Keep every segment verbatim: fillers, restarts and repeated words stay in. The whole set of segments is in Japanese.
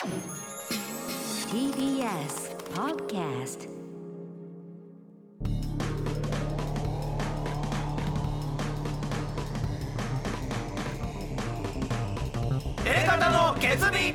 ティービーエス Podcast。 エレカタの決意。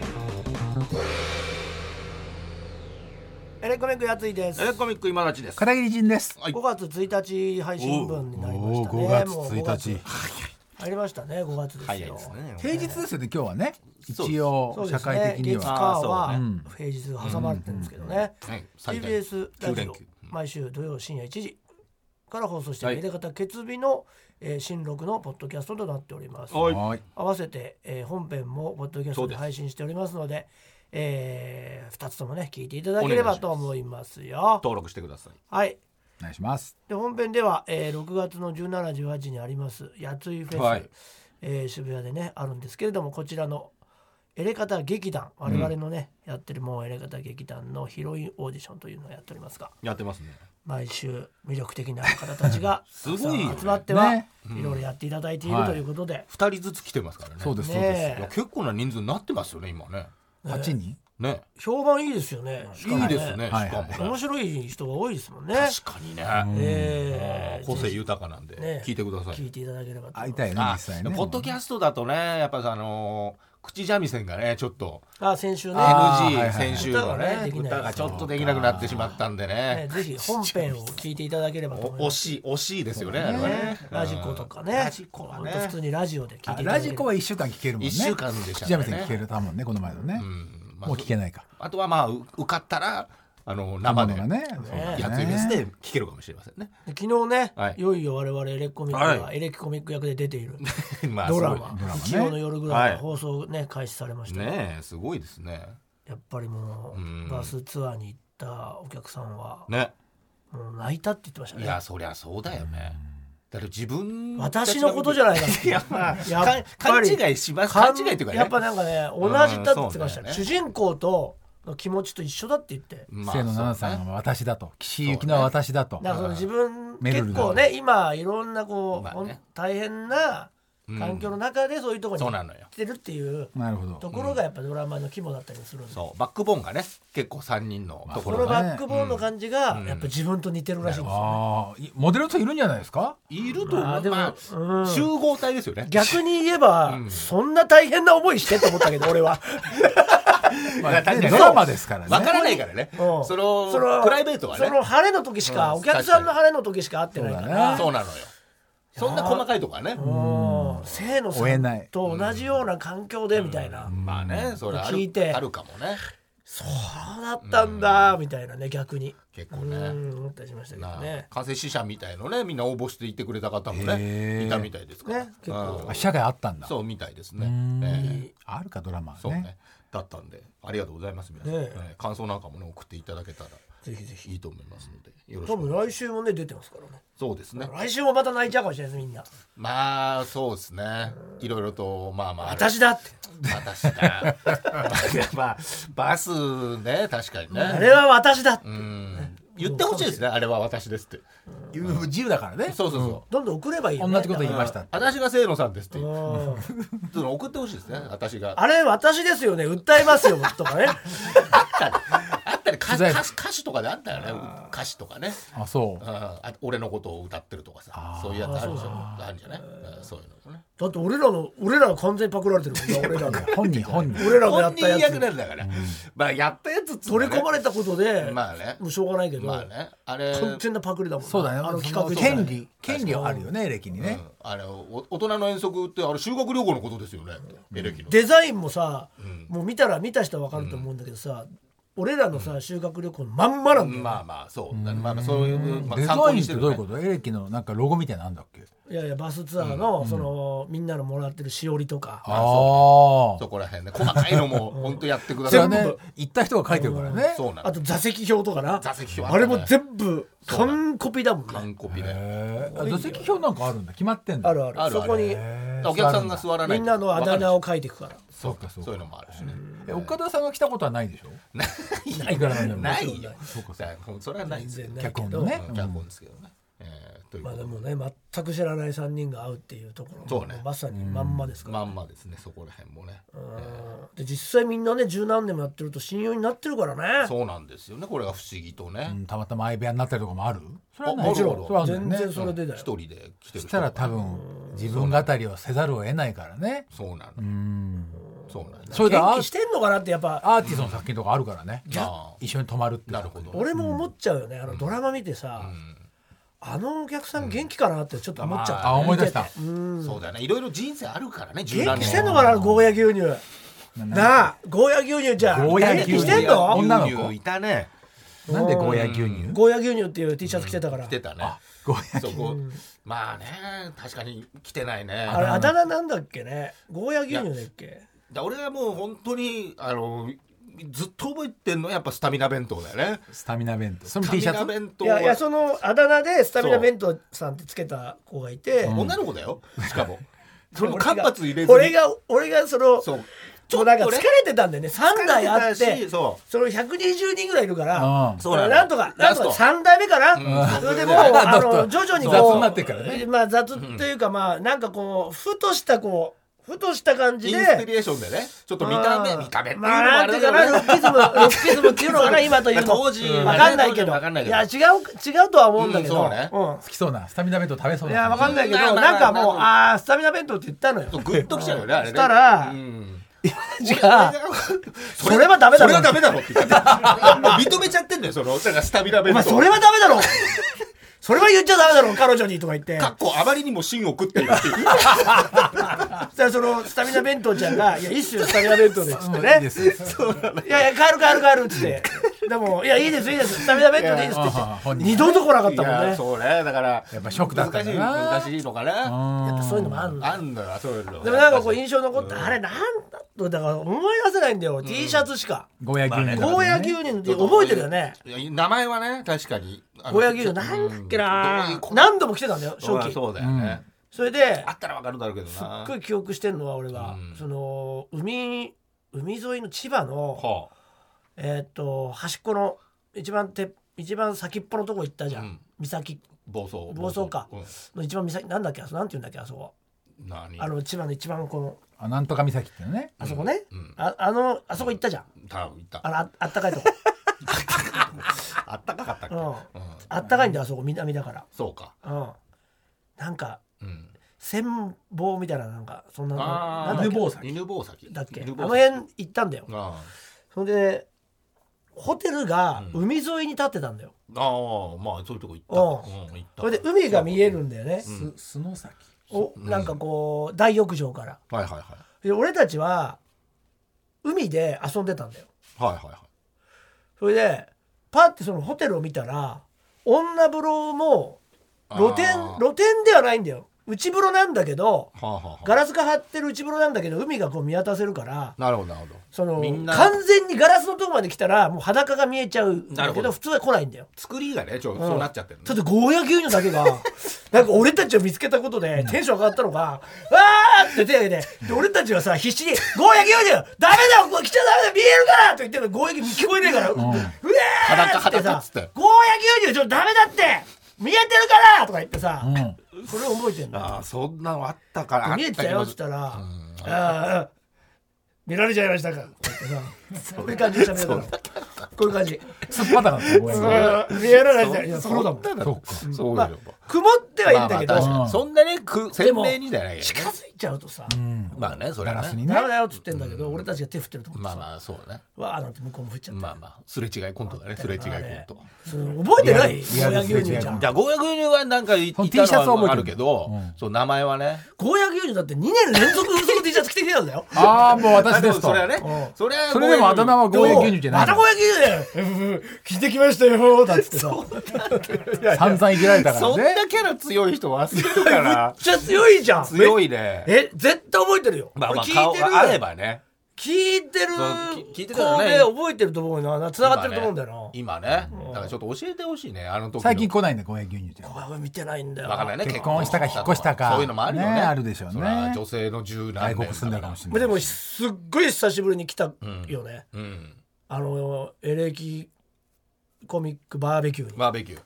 エレコミックやついです。 エレコミック今立ちです。 片桐仁です。 はい、 ごがつついたち配信分になりましたね。 ごがつついたち入りましたね。ごがつですよ。 早いですね。 平日ですよね今日はね。一そう応社会的にですね、月は火はそうね平日挟まれてるんですけどね、 はい、 ティービーエス ラジオ毎週土曜深夜いちじから放送しているエレカタ決日の、えー、新録のポッドキャストとなっております。 はい合わせて、えー、本編もポッドキャストで配信しておりますので、えー、ふたつともね聞いていただければと思いますよ。 登録してください。 はい、 お願いします。 で本編では、えー、ろくがつのじゅうしち、じゅうはちにありますやついフェス、 はい、 えー、渋谷でねあるんですけれども、こちらのエレカタ劇団、我々のね、うん、やってるもうエレカタ劇団のヒロインオーディションというのをやっておりますが、 やってますね。 毎週魅力的な方たちがすごい、ね、 集まっては、 ね、 いろいろやっていただいているということで、 ふたりずつ来てますからね。 そうですそうです。 いや結構な人数になってますよね今ね。 はちにんね、 評判いいですよね。 しかもねいいですね。しかもね、 面白い人が多いですもんね。 確かにね。 えー、 個性豊かなんで、ね、聞いてください。 聞いていただければと。 会いたいね実際ね。 ポッドキャストだとねやっぱあのー口三味線がねちょっとあ先週ねエヌジー、はいはい、先週のね歌がちょっとできなくなってしまったんで ね, ねぜひ本編を聞いていただければと思います。 惜しい惜しいですよね、あれはね、ラジコとかね、ラジコはね普通にラジオで聞いていただければ。 ラジコはいっしゅうかん聞けるもんね。いっしゅうかんでしたね。口三味線聞けるたもんねこの前のね、うんまあ、もう聞けないか。 あとはまあ受かったらあの生でやついフェスで聴けるかもしれませんね。 昨日ね、はい、いよいよ我々エレコミックが、はい、エレキコミック役で出ているまあドラマ「日曜の夜ぐらい」が放送ね、はい、開始されましたね。すごいですね。 やっぱりもう、うん、バスツアーに行ったお客さんは、 ね、 もう泣いたって言ってましたね。 いやそりゃそうだよね。だから自分私のことじゃないかいや、まあ、や勘違いします。勘違いというかね、 やっぱなんかね同じだって言ってましたね。主人公との気持ちと一緒だって言って、 まあ、清野奈々さんは私だと、岸井ゆきのは私だと、 だからその自分結構ね今いろんなこう、まあね、大変な環境の中でそういうところに来てるっていうところがやっぱドラマの肝だったりするんで、 そうバックボーンがね結構さんにんのところが、まあ、そのバックボーンの感じがやっぱ自分と似てるらしいんですよね、 うんうん、モデルといるんじゃないですか。 いると思う、まあでも、まあうん、集合体ですよね。 逆に言えば、うん、そんな大変な思いしてと思ったけど俺はまあ、ドラマですからね。 分からないからね。そのそのプライベートはね。 その晴れの時しか、うん、お客さんの晴れの時しか会ってないから。 そうなのよ。そんな細かいとこはね。 清野さんと同じような環境でみたいな。 まあね、それあるあるかもね。 そうだったんだみたいなね、逆に結構ね思ったりしましたけどね。 完成死者みたいのねみんな応募していてくれた方もねいたみたいですから。 ね、結構社会あったんだ。 そうみたいですね。 あるかドラマそうね。だったんでありがとうございます皆さん、ねえー、感想なんかもね送っていただけたらぜひぜひいいと思いますのでよろしく。 多分来週もね出てますからね。 そうですね。 来週もまた泣いちゃうかもしれないですみんな。 まあそうですね。いろいろとまあまあ私だって私だまあバスね確かにねあれは私だって、 うん言ってほしいですね。あれは私ですって言う自由だからね。 そうそうそう、うん、 どんどん送ればいいよね。 同じこと言いました。 私が清野さんですって送ってほしいですね。私があれ私ですよね訴えますよとかねあったりあったり 歌, 歌, 歌詞とかであったよね。歌詞とかね。 あそうああ俺のことを歌ってるとかさそういうやつあるでしょ。あるんじゃない。そういうのね。 だって俺らの俺らが完全にパクられてるもん俺らの本人本人俺らがやったやつ本人役なんだから、うん、まあやったやつ取り込まれたことでまあねもうしょうがないけど、 まあね、あれ完全なパクリだもんね。 そうだね。 あの企画権利権利はあるよねエレキにね、 うん、あれ大人の遠足ってあれ修学旅行のことですよね、うん、エレキのデザインもさ、うん、もう見たら見た人は分かると思うんだけどさ、うん、俺らのさ、うん、修学旅行のまんまなんだよ、ね、 まあまあそう、うん、まあまあそういう、まあ、 デザインってどういうこと？エレキのなんかロゴみたいなのあんだっけ？ いやいやバスツアーの、うん、そのみんなのもらってるしおりとか、 ああそう、ね、そこら辺ね細かいのも本当やってください。 全部行った人が書いてるからね、 うん、 あと座席表とかな座席表あ, あれも全部完コピだもんね。 完コピで座席表なんかあるんだ決まってんだ。 あるあるあるそこにお客さんが座らないみんなのあだ名を書いていくから。 そうかそうそういうのもあるしね。 え岡田さんが来たことはないでしょ？ ないからなんでもないよ。そうかそれはないですよ。 脚本のね脚本ですけどね。 えー、というまあでもね全く知らないさんにんが会うっていうところも、ね、まさにまんまですから、 ね、まんまですねそこら辺もね、 えー、で実際みんなね十何年もやってると親友になってるからね。 そうなんですよねこれが不思議とね、 うん、たまたま相部屋になったりとかもある。 それはもちろん、全然それでだよ。 一人で来てる人したら多分自分語りをせざるを得ないからね。 そうなの。 うんそうなんだ。 それで元気してんのかなってやっぱアーティストの作品とかあるからね、一緒に泊まるって。 なるほど。 俺も思っちゃうよね、あのドラマ見てさ、うん、あのお客さん元気かなってちょっと思っちゃった、ね、 あ思い出した。 うん、 そうだよね、いろいろ人生あるからね。 元気してんのかなゴーヤ牛乳なあ、ゴーヤ牛乳じゃんゴーヤ牛乳してんの。 女の子いたね。 なんでゴーヤ牛乳ゴーヤ牛乳っていう T シャツ着てたから、 着てたね。 ゴーヤ牛乳、 まあね確かに着てないね。 あれあだ名なんだっけね、ゴーヤ牛乳だっけ。 だ俺はもう本当にあのずっと覚えてんのはやっぱスタミナ弁当だよね。 スタミナ弁当。その T シャツ。 弁当いやいや、そのあだ名でスタミナ弁当さんってつけた子がいて、 うん、女の子だよしかもそれも間髪入れずに俺が俺がそのそうちょっとなんか疲れてたんだよね。さんだいあってそのひゃくにじゅうにんぐらいいるから、うん、なんとかなんとかさんだいめかな、うん、それでもうあの徐々にこう雑になってからね、 まあ雑というか、まあなんかこうふとしたこうふとした感じでインスピレーションでねちょっと見た目見た目っていうのもあるかな、ロッキズムロッキズムっていうのかな今というの当時分かんないけど、いや違う違うとは思うんだけど、 好きそうなスタミナ弁当食べそうな。 いや分かんないけどなんかもうああスタミナ弁当って言ったのよ。 グッときちゃうよねあれね。 したらじゃあそれはダメだろ、 それはダメだろって言って認めちゃってんだよそのスタミナ弁当。 それはダメだろそれは言っちゃダメだろ彼女にとか言ってかっこあまりにも芯を食ってるっていうそのスタミナ弁当ちゃんが「いやいいっすよスタミナ弁当で」っつってね「いやいや帰る帰る帰る」っつってでも「いやいいですいいですスタミナ弁当でいいです」って言って二度と来なかったもんね。 そうねだからやっぱショックだったんだな。 難しいのかな。 やっぱそういうのもあんのあんのよそういうの。 でもなんかこう印象残ったあれなんだとだから思い出せないんだよ T シャツしか。 ゴーヤ牛乳ゴーヤ牛乳って覚えてるよね。 名前はね確かにゴーヤ牛乳なんだっけな何度も来てたんだよ初期。 そうだよね。 それであったらわかるだろうけどな。 すっごい記憶してるのは俺はその海海沿いの千葉のえっと端っこの一番て一番先っぽのとこ行ったじゃん岬房総房総かの一番岬なんだっけなんていうんだっけあそこ。 何あの千葉の一番このあなんとか岬ってねあそこね、うん、あ, あのあそこ行ったじゃん。 多分行った。 あの あ, あったかいとこあったかかったっけ、うんうん、 あったかいんだよあそこ南だから。 そうか、 うん、なんか、うん、潜望みたいななんかそんななんだっけ犬吠埼だっけあの辺行ったんだよ。あそれでホテルが海沿いに立ってたんだよ、 うん、ああまあそういうとこ行った、うんうん、行ったそれで海が見えるんだよね、 うん、す須崎おなんかこう大浴場から、 はいはいはい、 で俺たちは海で遊んでたんだよ。 はいはいはい。 それでパッてそのホテルを見たら女風呂も露天露天ではないんだよ。内風呂なんだけど、はあはあ、ガラスが張ってる内風呂なんだけど海がこう見渡せるから。 なるほどなるほど。 その完全にガラスのとこまで来たらもう裸が見えちゃうんだけど普通は来ないんだよ。 作りがねちょ、うん、そうなっちゃってる、ね、 ちょっとゴーヤ牛乳だけがなんか俺たちを見つけたことでテンション上がったのがわーって手を挙げてで俺たちはさ必死にゴーヤ牛乳ダメだよこれ来ちゃダメだ見えるからと言ってるのゴーヤ牛乳聞こえねえから、うん、うえーってさゴーヤ牛乳ちょっとダメだって見えてるからとか言ってさ、うん、それを覚えてんだ。 あそんなのあったから見えてたよっつったら、うん、ああ見られちゃいましたかこういう感じで喋るのこういう感じすっぱだから見えられちゃいやそうだもん。 そうまあ曇ってはいいんだけど、 まあまあそんなね鮮明にじゃないよね。 近づいちゃうとさ、 うん、まあねそれはねダメだよって言ってんだけど、うん、俺たちが手振ってると思ってまあまあそうねわーなんて向こうも振っちゃってまあまあすれ違いコントだねすれ違いコント覚えてないゴーヤ牛乳ちゃん。 じゃあゴーヤ牛乳はなんかいたのはあるけど、うん、そう名前はねゴーヤ牛乳だってにねん連続嘘の T シャツ着てきたんだよ。 ああもう私ですとそれはねそれはそれでもあだ名はゴーヤ牛乳じゃないまたゴーヤ牛乳だよ聞いてきましたよだっつってさ散々いじられたからね。 そんなキャラ強い人忘れるからめっちゃ強いじゃん。 強いね。 え絶対覚えてるよ。 まあまあ顔があればね聞いてる聞いてるよね。覚えてると思うな繋がってると思うんだよな今ね。だからちょっと教えてほしいねあの時。 最近来ないんだゴーヤ牛乳って。 これは見てないんだよ。 わかんないね。 結婚したか引っ越したかそういうのもあるよね。 あるでしょうね。 女性の十何年外国住んでるかもしれない。 でもすっごい久しぶりに来たよね。あのエレキコミックバーベキューに。 バーベキュー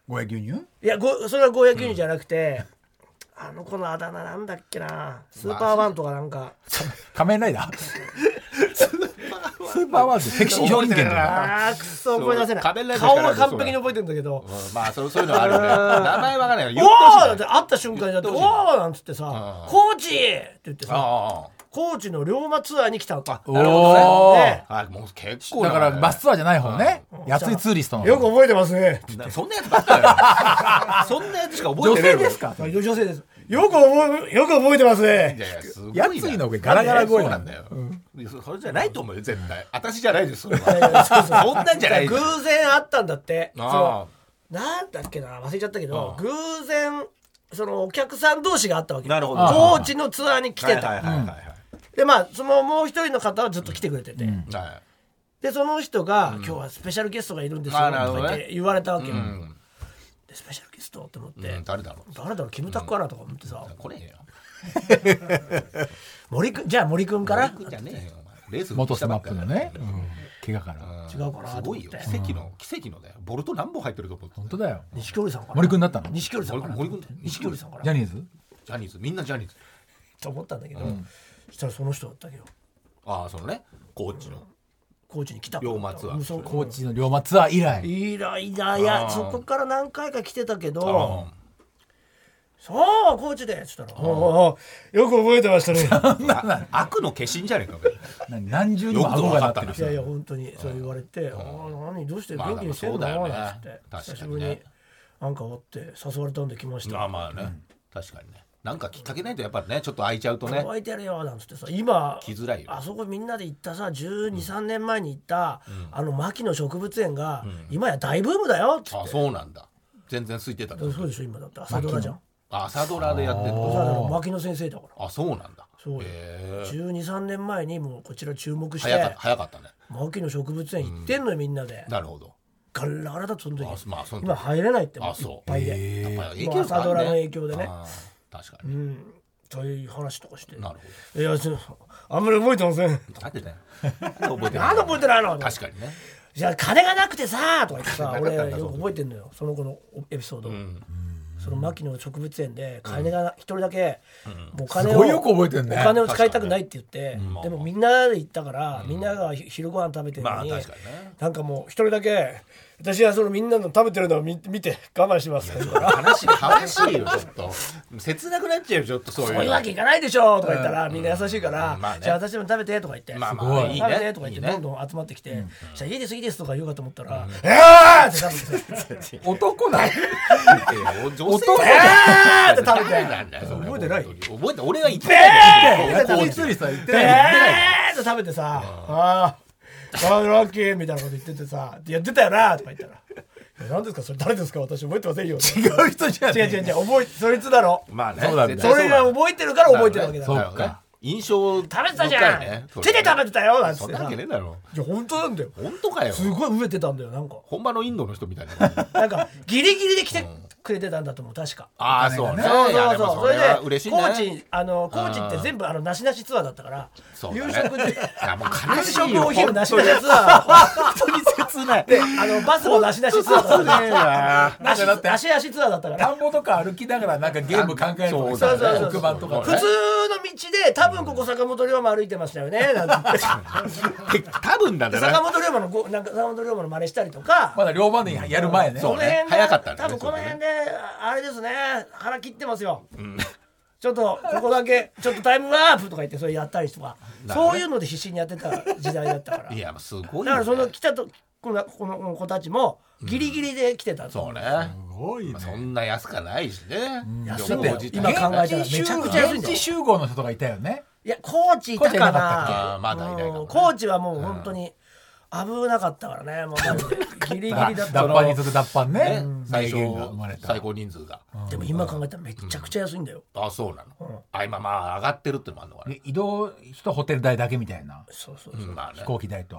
ゴーヤ牛乳？ いやごそれはゴーヤ牛乳じゃなくて、うん、あの子のあだ名なんだっけな、スーパーワンとかなんか仮面ライダースーパーワンって敵信表人間だよ。 あーくそ覚え出せない。 顔は完璧に覚えてるんだけど、 うん、まあそういうのあるね。名前わかんないよ。 おーだって会った瞬間にだっておーなんつってさ、コーチって言ってさ、コーチの龍馬ツアーに来たの。 なるほどね。 はい、 もう結構だからバスツアーじゃない方ね。やついツーリストの。 よく覚えてますね。 そんなやつばっかよ。そんなやつしか覚えてない。 女性ですか？ 女性です。よく覚えよく覚えてますね。 やついの上ガラガラ声なんだよ。それじゃないと思うよ絶対。私じゃないですそれは。そんなんじゃない。 偶然あったんだって。なんだっけな忘れちゃったけど、偶然そのお客さん同士があったわけ。 なるほど。 コーチのツアーに来てた。でまあそのもう一人の方はずっと来てくれてて、うん、でその人が、うん、今日はスペシャルゲストがいるんですよ、とか言って言われたわけよ、うん、でスペシャルゲストって思って、うん、誰だろう誰だろうキムタクかなとか思ってさ、 これよ森くんじゃあ森くんから森くんじゃねえよレース元スマップのね、うん、怪我から、 うん、違うかなすごいよ奇跡の奇跡のだよボルト何本入ってると思って本当だよ錦織さんかな森くんだったの錦織さんかな森くん錦織さんかなジャニーズジャニーズみんなジャニーズと思ったんだけど、うんそしたらその人だったけどああそのねコーチの、うん、 コーチに来た龍馬ツアーコーチの龍馬ツアー以来以来だいやそこから何回か来てたけどそうコーチでっつったらよく覚えてましたね悪の化身じゃねえか何重にも顎がなってるいやいや本当にそう言われてあ何どうして元気にしてんのなんつって久しぶりになんかおって誘われたんで来ましたあまあね確かにねなんかきっかけないとやっぱねちょっと空いちゃうとね空いてるよなんつってさ今来づらいよあそこみんなで行ったさじゅうに、さんねんまえに行った、うん、あの牧野植物園が、うん、今や大ブームだよっつってあそうなんだ全然空いてたそうでしょ今だって朝ドラじゃんあ朝ドラでやってるの牧野先生だからあそうなんだそうじゅうに、さんねんまえにもうこちら注目して早か早かったね牧野植物園行ってんのよ、うん、みんなでなるほどガラガラだとその時、 まあ、その時今入れないってもいっぱいでやっぱり朝ドラの影響でね確かに、うん、 そういう話とかしてなるほどいやあんまり覚えてませんなんでだよ覚えてないなんで覚えてないの確かにねじゃあ金がなくてさとか言ってさ俺よく覚えてんのよその子のエピソード、うん、その牧野植物園で金が一人だけ、うん、もうお金をすごいよく覚えてんねお金を使いたくないって言って、ね、でもみんなで行ったから、うん、みんなが昼ご飯食べてるのに、まあ確かにね、なんかもう一人だけ私はそのみんなの食べてるのを 見, 見て我慢しますから悲しい悲しいよちょっと切なくなっちゃうよちょっとそういうそういうわけいかないでしょとか言ったら、うん、みんな優しいから、うんまあね、じゃあ私も食べてとか言って、まあまあいいね、食べてとか言ってどんどん集まってきて、うん、じゃあいいですいいですとか言うかと思ったら、うん、えーって食べて男だ女性男だって食べて覚えてない覚えて俺が言ってないえーって食べてさあーあラッキーみたいなこと言っててさやってたよなとか言ったら何ですかそれ誰ですか私覚えてませんよ違う人じゃん違う違う違う覚えそいつだろまあねそうだねそれが覚えてるから覚えてるわけだそうか印象食べてたじゃん手で食べてたよなんてそんなわけねえだろいや本当なんだよ本当かよすごい飢えてたんだよなんか本場のインドの人みたいななんかギリギリで来てくれてたんだと思う確かああそうねそうそうそうそれで嬉しいねコーチあのコーチって全部あのなしなしツアーだったから夕食で悲しいよお昼なしなしツアー本当に切ないであのバスもなしなしツアーだったなしだって足足ツアーだったから田んぼとか歩きながらなんかゲーム考えるとかそうそうそう黒板とか普通の道で多分ここ坂本龍馬歩いてましたよねなんて多分なんだな坂本龍馬のごなんか坂本龍馬の真似したりとかまだ龍馬伝やる前ねそうね早かったね多分この辺であれですね腹切ってますよ、うん、ちょっとここだけちょっとタイムワープとか言ってそれやったりとか、ね、そういうので必死にやってた時代だったからいやすごい、ね、 だからその来たとこのこの子たちもギリギリで来てた、うん、 そうねすごいね、 まあ、そんな安かないしね、 うん、安いんだよ今考えたらめちゃくちゃ安いんだよ現地集合の人とかいたよねいやコーチいたかなあまだいないかも、ね、 コーチはもう本当に危なかったからねもうギリギリだった脱藩に次ぐ脱藩ね、 ねうん、最初最高人数が、 うん、でも今考えたらめちゃくちゃ安いんだよ、 うん、あそうなの、うん、あ今まあ上がってるってのもあるのかな移動とホテル代だけみたいなそうそうそう、 まあね、飛行機代と、 うん、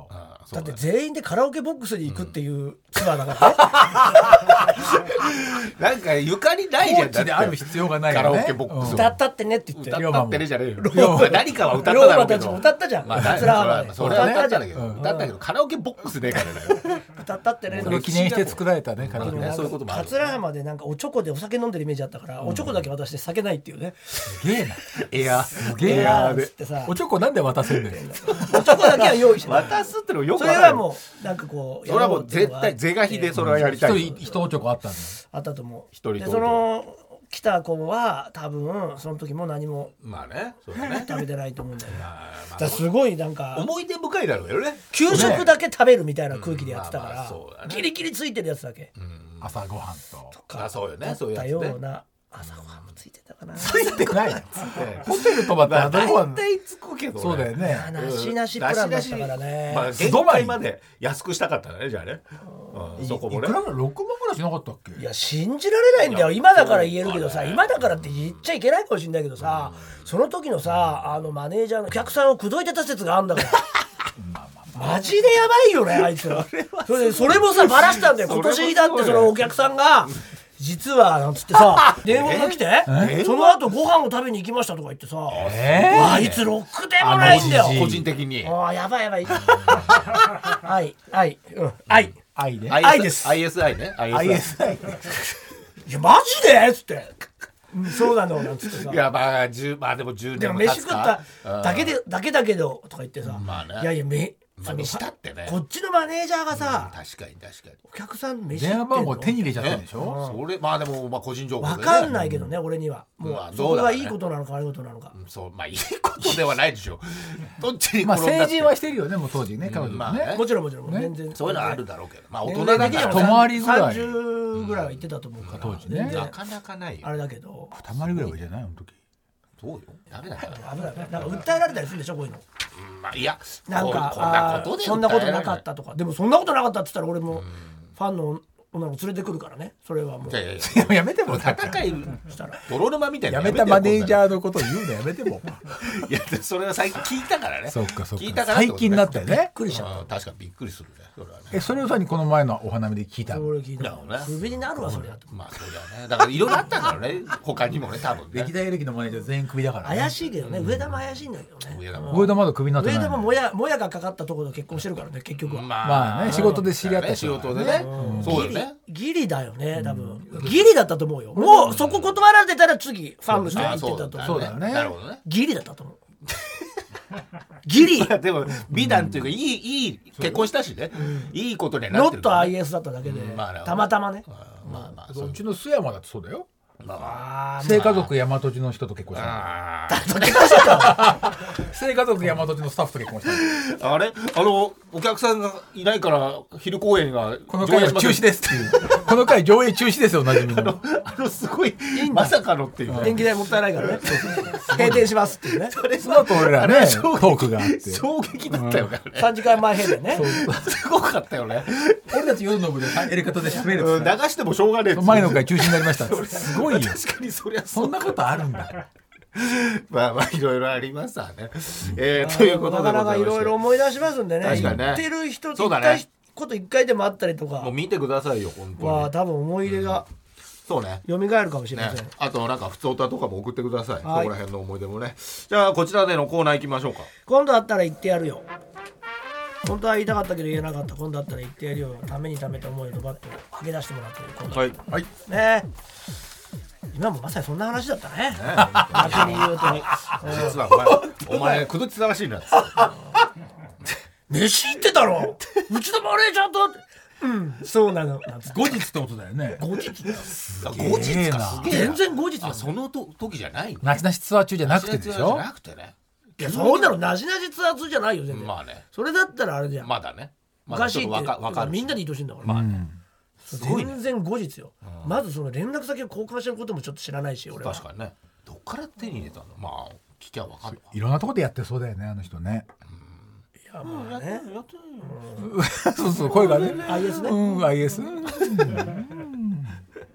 だって全員でカラオケボックスに行くっていうツアーだからね、うん、なんか床にないじゃん。 だってある必要がないよね。 カラオケボックス歌ったってねって言って歌ったってねじゃねえよ。何かは歌っただろうけど。 龍馬たちも歌ったじゃん。桂浜でそれは歌ったんだけど、歌ったけどカラオケボックスねえからだよ。 歌ったってね。 それを記念して作られたねカラオケね。 そういうこともある。 桂浜でなんかおちょこでお酒飲んでるイメージあったから、おちょこだけ渡して酒ないっていうね。 すげえな。 エアすげえな。おちょこなんで渡せんだよ。 おちょこだけは用意して渡すってのよくそれはもうなんかこうそれはもう絶対是が非でそれはやりたい。 一人一おちょこあったんだ。 あったと思う。 一人とその来た子は多分その時も何もまあねそうだね食べてないと思うんだよね。だからすごいなんか思い出深いだろうよね。 給食だけ食べるみたいな空気でやってたからギリギリついてるやつだけ朝ごはんとかそうよねそういうやつね。 ような朝ごはんもついてたかな。 ついてないホテル泊まって朝ごはん大体つくけどそうだよね。 なしなしプランだったからね。 まあ限界まで安くしたかったねじゃあね。そこもね。 いくらぐらいろくまんぐらいしなかったっけ。 いや信じられないんだよ。今だから言えるけどさ、今だからって言っちゃいけないかもしれないけどさ、その時のさあのマネージャーのお客さんを口説いてた説があるんだからマジでやばいよねあいつら。それそれもさバラしたんだよ。今年だってそのお客さんが実はなんつってさ電話が来てその後ご飯を食べに行きましたとか言ってさ、あいつろくでもないんだよ個人的に。 ああやばいやばい愛愛うん愛愛ね。 愛ですアイエスアイ ね アイエスアイいやマジでっつってそうなのなんつってさいやまあじゅうまあでもじゅうねでもんも経飯食っつかただけでだけだけどとか言ってさ、 まあねいやいやめまあにしたってねこっちのマネージャーがさ、 確かに確かにお客さん飯電話番号手に入れちゃってるねでしょ。 それまあでもまあ個人情報でね分かんないけどね、俺にはもう、 まあそこがいいことなのか悪いことなのか、 そうまあいいことではないでしょどっちにまあ転んだって成人はしてるよねもう当時ね彼女もねまあね。 もちろんもちろん、 ね全然そういうのはあるだろうけどまあ大年人だから齢的には泊まりぐらいさんじゅうぐらいは行ってたと思うから、 当時ね全然なかなかないよあれだけどたまりぐらいはいじゃないあの時。 そうよダメだから危ない危ない。なんか訴えられたりするんでしょこういうの。 まあいやなんかこんなことであーそんなことなかったとか。でもそんなことなかったって言ったら俺もファンの女の子連れてくるからね。それはもういやいやいややめても戦い泥沼みたいなやめたマネージーャーのことを言うのやめても。 いやそれは最近聞いたからねそっかそっ聞いかたからってことね最近になったよね。 びっくりしちゃった。 うん確かにびっくりするねそれはねえそれをさにこの前のお花見で聞いたの。 俺聞いたなるほどねクビになるわそれやと。 まあそうだよねだからいろいろあったからね他にもね多分ね歴代歴のマネージャー全員クビだからね。 怪しいけどね、上田も怪しいんだけどね。 上田も上田まだクビになってない。 上田ももやもやがかかったところと結婚してるからね結局は。 まあね仕事で知り合った仕事でねそうよギねリギリだよね多分、ギリだったと思うよ。もうそこ断られてたら次ファンの人が言ってたと思う。 そうだよねなるほどねギリだったと思うギリでも美談というかいいいい結婚したしねいいことにはなってるノット アイエス だっただけで、 まあたまたまね。 まあまあそううちの須山だってそうだよ。 まあまああ聖家族大和路の人と結婚したの。 あ聖家族大和路のスタッフと結婚したの。 ーあれあのお客さんがいないから昼公演がこの回は中止ですっていう。この回上映中止ですよおなじみの。 あのすごいまさかのっていう電気代もったいないからね閉店しますっていうね。 その後俺らねトークがあって。 衝撃だったよねさんじかんまえ閉店ね。 すごかったよね俺たち夜の部でエレカタで喋るうん流してもしょうがねえっつって前の回中止になりました。すごいよ。 確かにそりゃそんなことあるんだ。 まあまあいろいろありましたね。えー、ということでなかなかいございましてろいろ思い出しますんでね。 確かにね言ってる人そうだね言ったこと一回でもあったりとかもう見てくださいよ本当に、 は多分思い出がそうね蘇るかもしれまねせん。、 あとなんか普通歌とかも送ってください、 はいそこら辺の思い出もね。じゃあこちらでのコーナー行きましょうか。 今度あったら言ってやるよ。本当は言いたかったけど言えなかった今度あったら言ってやるよ。ためにためた思いをドバッと吐き出してもらってる今度はいはい。 ね。今もまさにそんな話だったね。逆に言うと実はお前お前くどち探しいなっつって飯行ってたろうちのマネージャーと。うんそうなのなんつって後日ってことだよね。 後日だよあ後日かすげえな全然後日だよ。 あそのと時じゃないのなしなしツアー中じゃなくてでしじょ。 ゃなくてねいやそんなのなしなしツアー通じゃないよ全然。 まあねそれだったらあれじゃん。 まだねまだちょっと昔ってわかわかるみんなでいてほしいんだから。 まあね全然後日よ。まずその連絡先を交換してることもちょっと知らないし俺は。 確かにねどっから手に入れたのまあ聞きゃわかるわいろんなとこでやってそうだよねあの人ね。 いやまあね。 やってるよそうそう声がね。 アイエスね。 うん アイエス。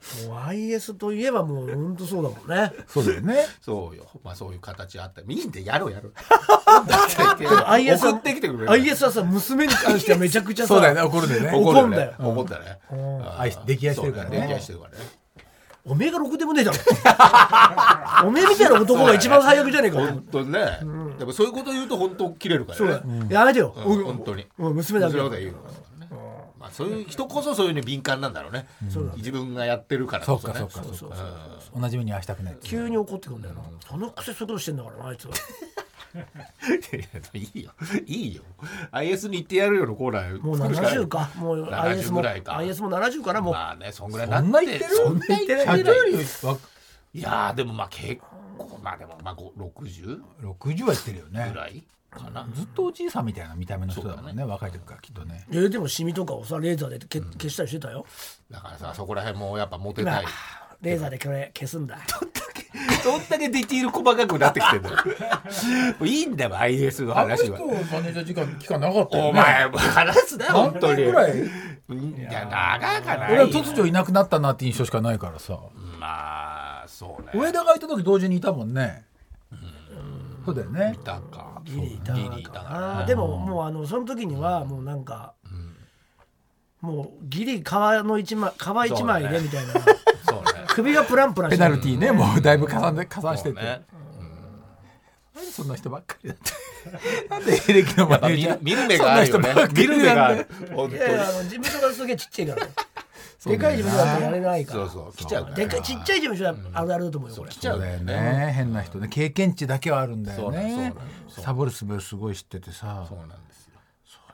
もう アイエス といえばもう本当そうだもんね。 そうだよね。 そうよ、まあそういう形あったらいいんでやろうやろうでも アイエス は送ってきてくれるアイエス はさ娘に関してはめちゃくちゃさそうだよね、怒るでね。 怒んだよ怒ったね、 愛し溺愛してるからね。 溺愛してるからね。 おめえがろくでもねえだろおめえみたいな男が一番最悪じゃねえか。 本当にね、でもそういうこと言うと本当切れるからね。 そうだよ、やめてよ、 うん本当にうん娘だけ娘のこと言うからね。まあそういう人こそそういうの敏感なんだろうね。自分がやってるからこそね。 そうかそうかそうか。同じ目に遭わしたくない。 急に怒ってくるんだよな。そのくせそういうことしてんだからなあいつは。 いいよいいよ アイエス に行ってやるよのコーナーもうななじゅうか、もう アイエス も アイエス もななじゅうかな、もう。 まあね、そんぐらいそんな言ってる？ そんな言ってる。 社長よりいやーでもまあ結構まあでもまあろくじゅうろくじゅうは言ってるよねぐらいかな。 ずっとおじいさんみたいな見た目の人だもんね、若い時からきっとね。 えーでもシミとかをさレーザーでけ消したりしてたよ。 だからさ、そこら辺もやっぱモテたい。 レーザーでこれ消すんだ。 どんだけディティール細かくなってきてんだよいいんだよ アイエス の話は。 あの人マネージャー時間期間なかったよね。 お前も話すな本当に。 何年ぐらい？ いや長かない。 俺は突如いなくなったなって印象しかないからさ。 まあそうね。 上田がいた時同時にいたもんね。そうだよね。 いたか。 ギリいたギリいたかな。 な。でももうあのその時にはもうなんか、もうギリ皮の一枚皮一枚でみたいな。 そうね。 首がプランプランしてる。 ペナルティーね、もうだいぶ加算で加算してて。 そうね。 なんでそんな人ばっかりだってなんでエレキのマネージャー見る目があるよね。見る目がある。本当に。 いやいや、あの事務所がすげえちっちゃいからね。でかい事務所だとやれないから。 そうそう来ちゃうから。 でかいちっちゃい事務所はあるあるだと思うよこれ。 来ちゃうそうだよね、変な人ね、経験値だけはあるんだよそうなんそうなねん。 サボるすべすごい知っててさ。 そうなんですよ。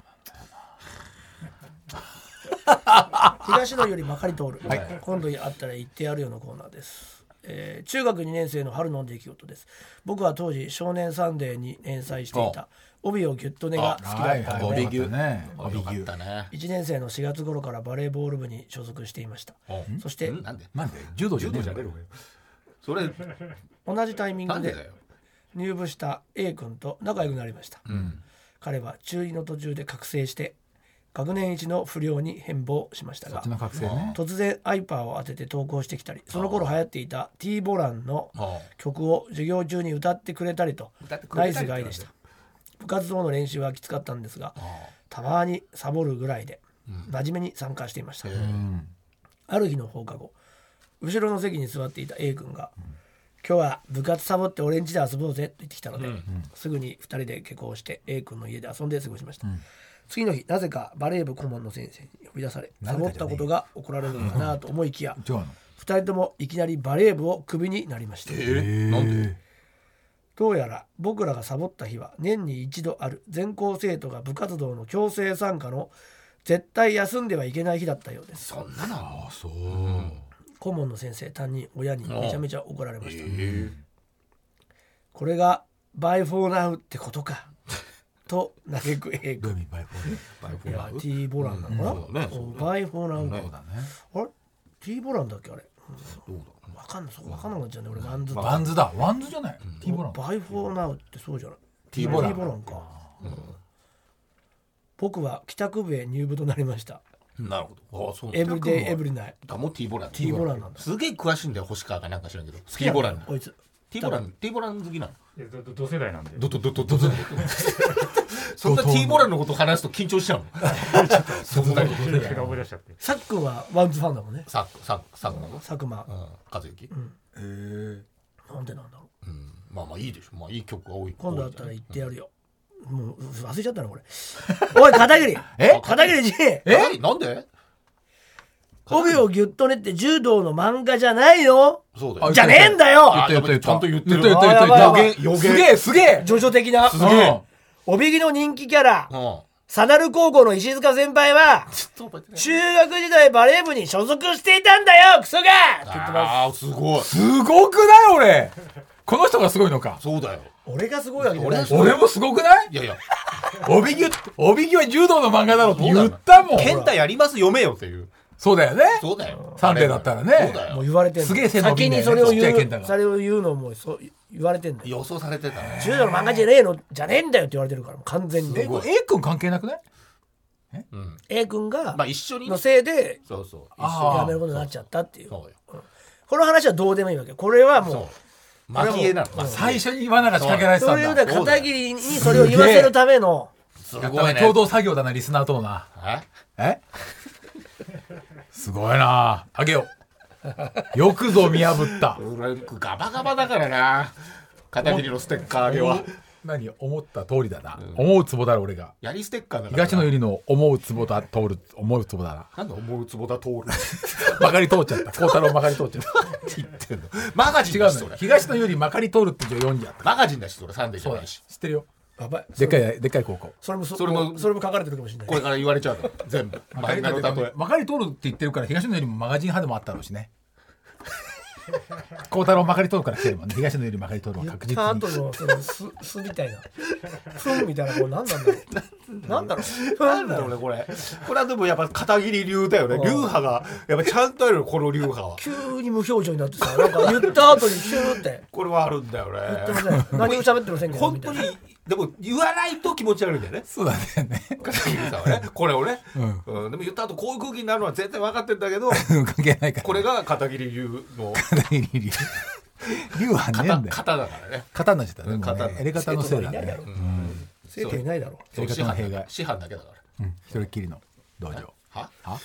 東野よりまかり通る、今度会ったら言ってやるよのコーナーです、えー中学にねん生の春の出来事です。僕は当時少年サンデーに連載していた帯をギュッとねが好きだったので、 帯牛ね、帯よかっ牛たね。 いちねん生のしがつ頃からバレーボール部に所属していました。そしてなんで？ なんで柔道じゃねえの？ それ同じタイミングでなんでだよ。 入部した A 君と仲良くなりました、彼は中にの途中で覚醒して学年一の不良に変貌しましたが、 そっちの覚醒ね。 突然アイパーを当てて投稿してきたり、その頃流行っていた T ボランの曲を授業中に歌ってくれたりとナイスガイでした。部活動の練習はきつかったんですが、たまにサボるぐらいで真面目に参加していました、 うんある日の放課後、後ろの席に座っていた A 君が、今日は部活サボって俺ん家で遊ぼうぜと言ってきたので、すぐにふたりで下校して A 君の家で遊んで過ごしました、次の日なぜかバレー部顧問の先生に呼び出され、サボったことが怒られるのかなと思いきや、 違うの？ ふたりともいきなりバレー部をクビになりました、 えー、なんで？ どうやら僕らがサボった日は年に一度ある全校生徒が部活動の強制参加の絶対休んではいけない日だったようです。 そんなの？ ああ、そう。 顧問の先生、担任、親にめちゃめちゃ怒られました、 えー、 これがバイフォーナウってことかと嘆く A 君。 どういう意味バイフォー？ バイフいやォーナウ T ボランなのかな、 うんそうだねそうだねバイフォーナウ、 ねそうだね。 あれ T ボランだっけあれ、 どうだわかんない、そこわかんなくなっちゃうんだよ俺。ワンズワンズだ。ワンズじゃない。T ボラン。 バイフォーナウってそうじゃない T ボラン T ボランか、僕は帰宅部へ入部となりました。 なるほど。ああ、そうエブリデイエブリナイだもう T ボラン T ボランなんだ。 すげえ詳しいんだよ、星川かなんか知らんけど。T ボランこいつ T ボラン T ボラン好きなの？ どど世代なんで。 どどどどどどそんな T ボランのこと話すと緊張しちゃうの？そんなに。 世代が思い出しちゃって。 さっくんはワンズファンだもんね。 さささなの？ 佐久間、 うん、和幸。 へえ。 なんでなんだろう。 うん、まあまあいいでしょ。まあいい曲が多い。 今度会ったら言ってやるよ。もう忘れちゃったなこれ。おい片桐。 え片桐仁。 え？なんで？ 帯をギュッとねって柔道の漫画じゃないの？ そうだよ。 じゃねえんだよ。 あ言った言ったちゃんと言ってる。 言った言った言ったあやばいやばい予言予言。 すげえすげえ。 ジョジョ的な。 すげえ。 帯木の人気キャラ。 うん。 サナル高校の石塚先輩はちょっと覚えてない。 中学時代バレー部に所属していたんだよクソがって言ってます。 ああ、すごい。 すごくない俺。この人がすごいのか。 そうだよ。 俺がすごいわけじゃない。 俺もすごくない？ いやいや。 帯木帯木は柔道の漫画だろって言ったもん。 健太やります読めよっていう。 そうだよね。 そうだよ。 サンデーだったらね。 そうだよ。 もう言われてんの。 すげえ背伸び先にねそれを言う、 ちっちゃい健太がそれを言うのもそう言われてんだよ。 予想されてたね。 柔道の漫画じゃねえのじゃねえんだよって言われてるからもう完全に。 え、これ A 君関係なくない？ うん、 A 君がまあ一緒にのせいでそうそう一緒に辞めることになっちゃったっていう。 そうよ、 うん、この話はどうでもいいわけ。これはもうそう蒔絵なの、 まあ、最初に罠が仕掛けられてたんだ。 それを片桐にそれを言わせるためのすごいね、 共同作業だなリスナーとのな。えすごいなあげよう。よくぞ見破った。 ガバガバだからな片桐のステッカーあげは。 何思った通りだな、うん、思うツボだろ俺が。 やりステッカーだから東野ゆりの思うツボだ通る思うツボだな。 なんで思うツボだ通る曲がり通っちゃった。孝太郎曲がり通っちゃった言ってんのマガジンだしそれ。 東野ゆり曲がり通るって読んじゃった。 マガジンだしそれサンデーじゃないし。 知ってるよ。 やばい。 でっかいでっかい高校。 それも そ, それもそれも書かれてるかもしれない。 これから言われちゃうの全部漫画の例え。 曲がり通るって言ってるから東野ゆりもマガジン派でもあったろうしね。孝太郎まかり通るから来てるもんね。東野よりまかり通るは確実に。 あとのその巣巣みたいなフンみたいなこれ何なんだろう。なんだろう。 なんだろうねこれ。これはでもやっぱ片桐流だよね。流派がやっぱちゃんとあるこの流派は。 急に無表情になってさ、なんか言った後にシューってこれはあるんだよね。 言ってません。何も喋ってませんけど。 本当にでも言わないと気持ち悪いんだよね。 そうだね。 片桐さんはねこれをね、うんうん、でも言った後こういう空気になるのは絶対分かってるんだけど関係ないから。 これが片桐流の片桐流。流はねえんだよ。 型だからね。 型になっちゃったね。 型やり方のせいだね。 生徒いないだろう。 やり方の弊害。 師範だけだから。 うん。一人っきりの道場。 は？ は？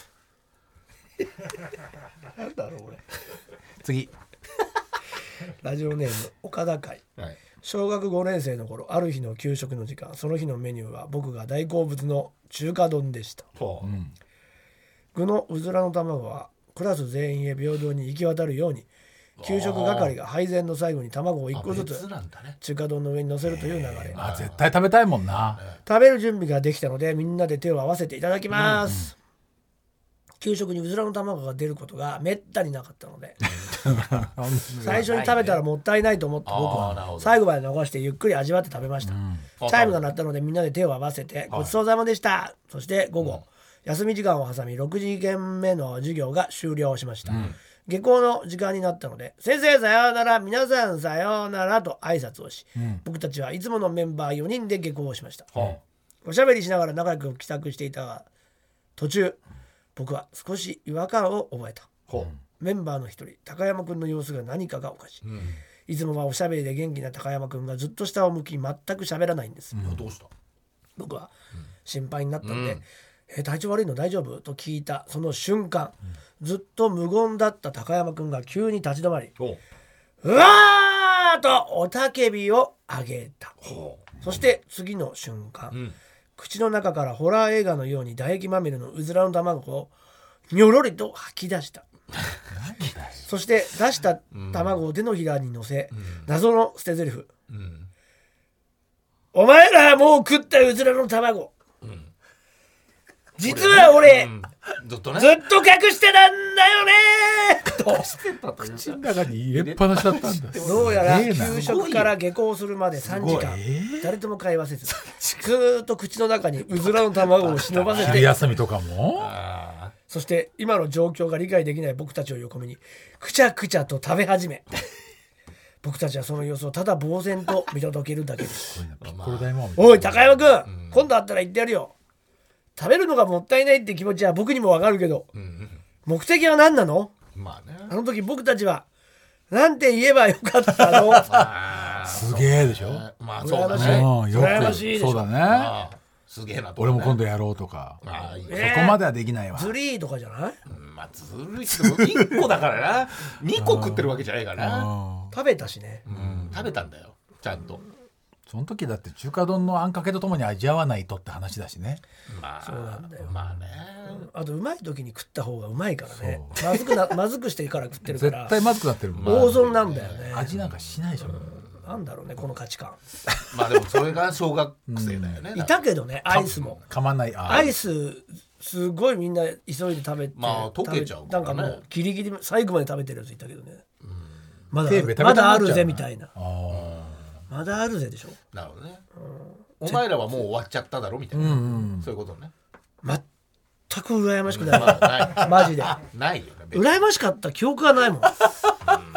なんだろう俺。 次。 ラジオネーム岡田会。はい。小学ごねん生の頃、ある日の給食の時間、その日のメニューは僕が大好物の中華丼でした。うん、具のうずらの卵はクラス全員へ平等に行き渡るように、給食係が配膳の最後に卵をいっこずつ中華丼の上に乗せるという流れ。 あ、絶対食べたいもんな。 食べる準備ができたのでみんなで手を合わせていただきます。うんうん、給食にうずらの卵が出ることがめったになかったので最初に食べたらもったいないと思って僕は最後まで残してゆっくり味わって食べました。うん、チャイムが鳴ったのでみんなで手を合わせてごちそうさまでした。はい、そして午後、うん、休み時間を挟みろくじかんめの授業が終了しました。うん、下校の時間になったので先生さようなら皆さんさようならと挨拶をし、うん、僕たちはいつものメンバーよにんで下校をしました。うん、おしゃべりしながら仲良く帰宅していた途中僕は少し違和感を覚えた。うん、メンバーの一人高山くんの様子が何かがおかしい。うん、いつもはおしゃべりで元気な高山くんがずっと下を向き全く喋らないんです。うん、 どうした？ 僕は心配になったので、うん、え体調悪いの大丈夫と聞いたその瞬間、うん、ずっと無言だった高山くんが急に立ち止まり、うわーと雄たけびを上げた。そして次の瞬間、うん、口の中からホラー映画のように唾液まみれのうずらの卵をにょろりと吐き出した。そして出した卵を手のひらに乗せ、うん、謎の捨て台詞、うん、お前らもう食ったうずらの卵、うん、実は俺、うん、ずっとね、ずっと隠してたんだよねと口の中に入れっぱなしだったんだ。 どうやら給食から下校するまでさんじかん誰とも会話せずずーっと口の中にうずらの卵を忍ばせて昼休みとかも。 そして今の状況が理解できない僕たちを横目にくちゃくちゃと食べ始め僕たちはその様子をただ呆然と見届けるだけです。おい高山くん、うん、今度会ったら言ってやるよ。食べるのがもったいないって気持ちは僕にもわかるけど、うんうん、目的は何なの？まあね、あの時僕たちはなんて言えばよかったのすげえでしょ。 まあそうだね、 羨ましいでしょ。 そうだね、 すげえな、ね、 俺も今度やろうとか、あ、そこまではできないわ。 ズリーとかじゃない？ うん、まあずるいけどいっこだからなにこ食ってるわけじゃないからな。 食べたしね、 うん、食べたんだよちゃんと。 その時だって中華丼のあんかけとともに味わわないとって話だしね。 まあそうなんだよ。 まあね、 あとうまい時に食った方がうまいからね。まずくなまずくしてから食ってるから絶対まずくなってるもん。 大損なんだよね。 味なんかしないでしょ。 なんだろうねこの価値観。 まあでもそれが小学生だよね。 いたけどね、アイスもかまない。 アイスすごいみんな急いで食べて、 まあ溶けちゃうからね。 なんかもうギリギリ最後まで食べてるやついたけどね。うん、まだまだあるぜみたいな。あまだあるぜでしょ。 なるほどね、うん、お前らはもう終わっちゃっただろみたいな、うんうん、そういうことね。 全く羨ましくない、まあ、ないマジでないよね。 羨ましかった記憶がないもん、うん、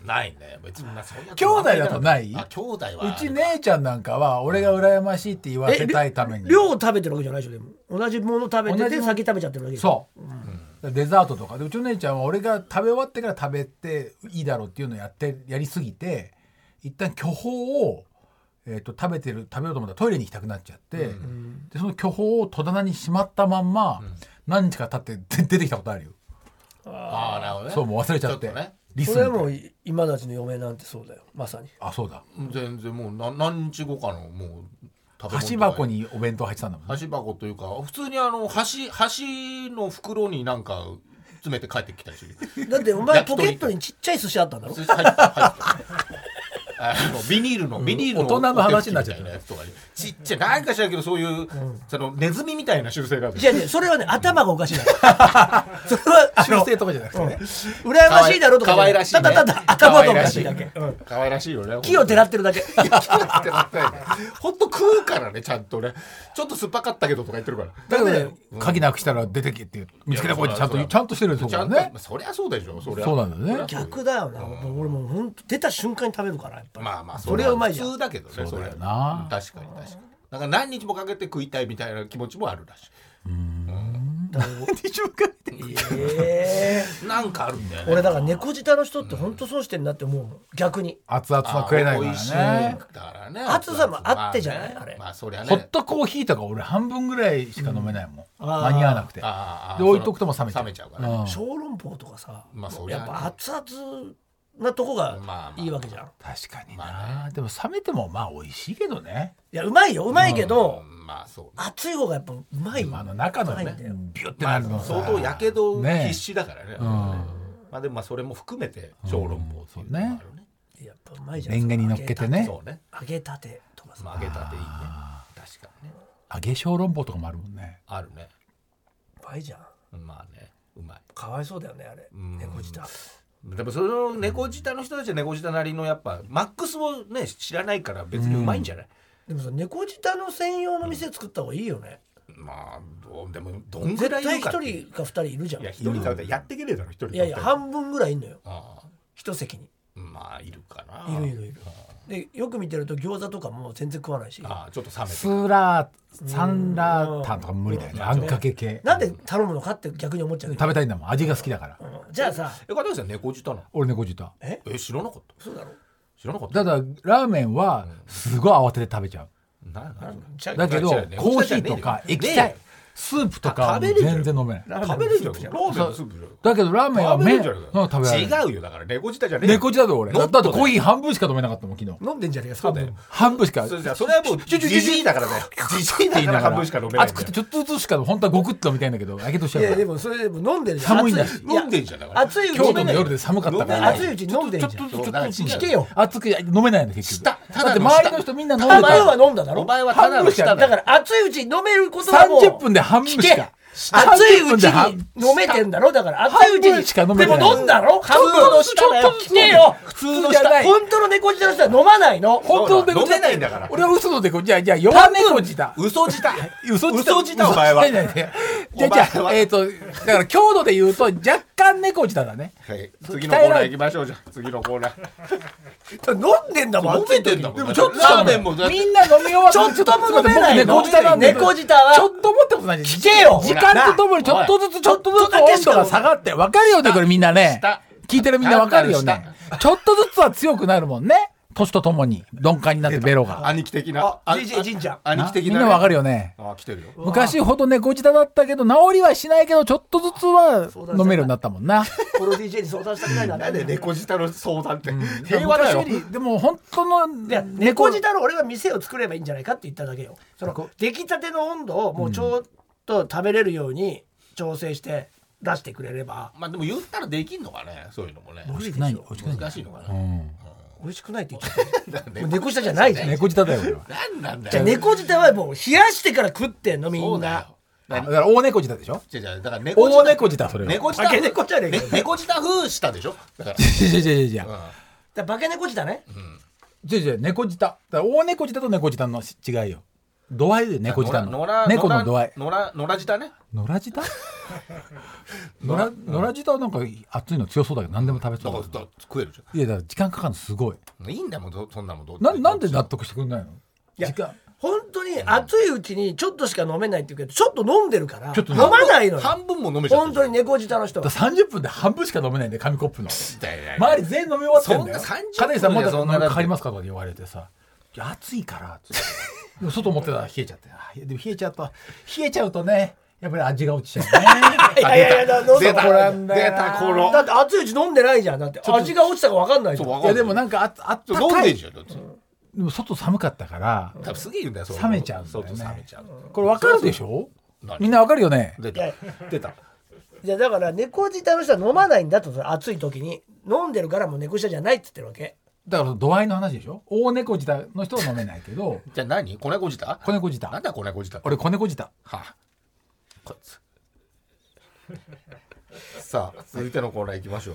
ないね別になそんな兄弟だとない？ あ兄弟はうち姉ちゃんなんかは俺が羨ましいって言わせたいために量を食べてるわけじゃないでしょ。でも同じもの食べて同じものて先食べちゃってるわけでしょ。 そう、うん、デザートとかでうちの姉ちゃんは俺が食べ終わってから食べていいだろうっていうのをやってやりすぎて一旦巨峰を、えー、と食べてる食べようと思ったらトイレに行きたくなっちゃって、うん、でその巨峰を戸棚にしまったまんま、うん、何日か経って出てきたことあるよ。 ああなるほどね。 そうもう忘れちゃって、 ね、 リスそれはもう今たちの嫁なんてそうだよまさに。 あそうだ全然もう何何日後かのもう箸箱にお弁当入ってたんだもんね。 箸箱というか普通にあの箸箸の袋になんか詰めて帰ってきたりする。 だってお前ポケットにちっちゃい寿司あったんだろ。 入って入ってあのビニールのビニールの、 うん、大人の話になっちゃったやつとかちっちゃいなんか知らんけどそういう、うん、そのネズミみたいな習性がある。 じゃあねそれはね頭がおかしいなそれは習性とかじゃなくてね、 うん、羨ましいだろうとか可愛らしい、ね、 ただただ頭がおかしいだけ可愛らしいよね。 木をてらってるだけほんと食うからねちゃんとねちょっと酸っぱかったけどとか言ってるからだからね、うん、鍵なくしたら出てけって見つけた声でちゃんとちゃんとしてるんですよね。 そりゃそうでしょ。そりゃそうなんだね。 逆だよな、うん、俺もうほんと出た瞬間に食べるからやっぱりまあまあそれはうまいじゃん。 普通だけどねそうだよな。 確かに確かにだから何日もかけて食いたいみたいな気持ちもあるらしい。うーん何日もかけてえー、なんかあるんだよね。 俺だから猫舌の人って本当そうしてんなって思うの逆に。 熱々は食えないからね。 だからね熱さもあってじゃない、まあね、あれ、 まあそりゃね、 ホットコーヒーとか俺半分ぐらいしか飲めないもん、うん、間に合わなくてで置いとくとも冷めちゃう冷めちゃうから、ね、 うん、小籠包とかさ、 まあそりゃね、 やっぱ熱々なとこがいいわけじゃん、まあまあ、確かにな、まあね、でも冷めてもまあ美味しいけどね。いやうまいようまいけど、 うんまあそうね、 熱い方がやっぱうまい。 あの中のねビュッてなるの、 まあ、相当やけど必死だからね、ね、うん、まあでもまあそれも含めて小籠包っていうのもあるね、 うん、やっぱうまいじゃん。 レンゲに乗っけてね、 そうね揚げたてとかさ、 まあ、揚げたていいね確かにね。 揚げ小籠包とかもあるもんね。 あるね。 うまいじゃん。 まあねうまい。 かわいそうだよねあれ猫舌。 でもその猫舌の人たちは猫舌なりのやっぱマックスをね知らないから別にうまいんじゃない、 うん、でもさ猫舌の専用の店作った方がいいよね、 うん、まあどうでもどんぐらいいるかって。 絶対一人か二人いるじゃん。 いや一人かやってけねえだろ一人か。 いやいや半分ぐらいいんのよああ一席に。 まあいるかな。 いるいるいる。でよく見てると餃子とかも全然食わないし。 ああちょっと冷めてスーラーサンラータンとか無理だよね。あんかけ系なんで頼むのかって逆に思っちゃう。 食べたいんだもん味が好きだから、 うん、じゃあさえ片桐さん猫舌なの。 俺猫舌。 ええ知らなかった。 そうだろ。 知らなかった。 ただラーメンはすごい慌てて食べちゃう、 うん、ななだけどコーヒーとか液体スープとかは全然飲めない。 食べれるじゃん。ラーメンのスープじゃん。 だけどラーメンは麺食べられる。違うよだから猫舌じゃねえ。 猫舌だよ俺。だってコーヒー半分しか飲めなかったもん昨日。 飲んでんじゃねえか。 そうだよ。 半分しか。 それはもうジジイだからね。ジジイだから半分しか飲めない。 熱くてちょっとずつしか本当はゴクッと飲みたいんだけどやけどしちゃう。 いやでもそれでも飲んでるじゃん。 寒いんだし。 飲んでんじゃんだから。 暑いうち今日の夜で寒かったから。 暑いうちに飲んでんじゃん。 ちょっとちょっと聞けよ。 熱く飲めないの結局。だって周りの人みんな飲んでた。 お前は飲んだだろ。 お前はただの下だから熱いうちに飲めることはもうさんじゅっぷんで半分しか。 熱いうちに飲めてんだろ。だから熱いうちにしか飲めてない。 でも飲んだろ。半分の下だよ。聞けよ。 普通の下。 本当の猫舌の人は飲まないの。 本当の猫舌飲めないんだから。 俺は嘘の猫。じゃあじゃあ弱猫舌。 嘘舌。 嘘舌。 嘘舌お前は。 じゃあじゃあえっとだから強度で言うと若干猫舌だね。 はい。次のコーナー行きましょうじゃあ次のコーナー。 飲んでんだもん。 飲めてんだもん。 でもちょっとラーメンもみんな飲み終わってちょっとも飲めないの。 猫舌なんで猫舌はちょっともってことない。 聞けよ。 時間とともにちょっとずつちょっとずつ温度が下がって分かるよねこれみんなね。聞いてるみんな分かるよね。ちょっとずつは強くなるもんね。年とともに鈍感になってベロが兄貴的なあ、ジェイジェイジンちゃん兄貴的なみんな分かるよね。 あ来てるよ。 昔ほど猫舌だったけど治りはしないけどちょっとずつは飲めるようになったもんな。 プロディージェー に相談したくないな。 なんで猫舌の相談って平和だよ。でも本当の猫舌の俺は店を作ればいいんじゃないかって言っただけよ。その出来たての温度をもうちょっと食べれるように調整して出してくれれば。 まあでも言ったらできんのかねそういうのもね。 美味しくない。 難しいのかな。 美味しくないって言っちゃった猫舌じゃないじゃん。 猫舌だよ俺は。 なんなんだよ。 じゃあ猫舌はもう冷やしてから食ってんのみんな。 だから大猫舌でしょ。 じゃじゃだから猫大猫舌それは。 猫舌猫じゃねえか。 猫舌風したでしょ。だから。 じゃじゃじゃじゃ。 だ化け猫舌ね。 じゃじゃ猫舌。だから大猫舌と猫舌の違いよ。度合いで猫舌の。猫の度合い。 野良野良舌ね。 野良舌？ 野良野良自体はなんか熱いの強そうだけど何でも食べだそうだからだ食えるじいやだから時間かかるのすごいゃん。いいんだもんどそんなもんどうななんで納得してくんないのいや時間本当に熱いうちにちょっとしか飲めないって言うけどちょっと飲んでるからちょっと飲まないのよ。 半分も飲めちゃって本当に猫舌の人はださんじゅっぷんで半分しか飲めないんで紙コップのいやいやいや周り全員飲み終わってんだよそんなさんじゅっぷん片桐さんまだそんな飲みかかりますかとか言われてさいや暑いからつってでも外持ってたら冷えちゃってあでも冷えちゃうと冷えちゃうとねやっぱり味が落ちちゃうねいやいやいや飲んだ出たこれ出た頃だって熱いうち飲んでないじゃん。だって味が落ちたか分かんないじゃん。 そういやでもなんかああった飲んかいでんじゃんだってでも外寒かったから多分すげえ言うんだよそう冷めちゃうんだよねそう冷めちゃうこれわかるでしょ何みんなわかるよね出いやた出たいやだから猫舌の人は飲まないんだと。暑い時に飲んでるからもう猫舌じゃないって言ってるわけ。 だから度合いの話でしょ大猫舌の人は飲めないけどじゃあ何子猫舌子猫舌なんだ子猫舌って俺子猫舌はあこいつさあ続いてのコーナー行きましょう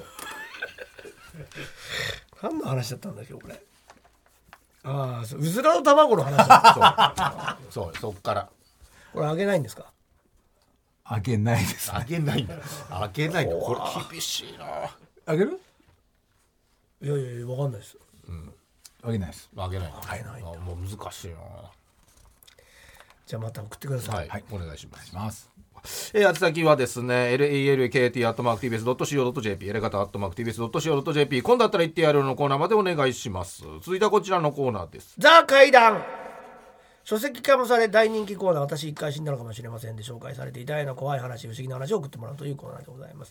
何の話だったんだっけこれ。ああそううずらの卵の話だ。 そうそっからこれあげないんですか。 あげないですあげないんだあげないんだこれ厳しいなあげるいやいやいや分かんないです。 あげないですあげないあげないんだあもう難しいなじゃあまた送ってください。 はい、お願いしますしますえー、宛先はですね レールケーティー アットマーク ティービーエス ドット シーオー ドット ジェーピー エレガタ アットマーク ティービーエス ドット シーオー ドット ジェーピー 今度だったら言ってやるのコーナーまでお願いします。続いてはこちらのコーナーです。 ザ怪談。書籍化もされ大人気コーナー私一回死んだのかもしれませんで紹介されていたような怖い話不思議な話を送ってもらうというコーナーでございます。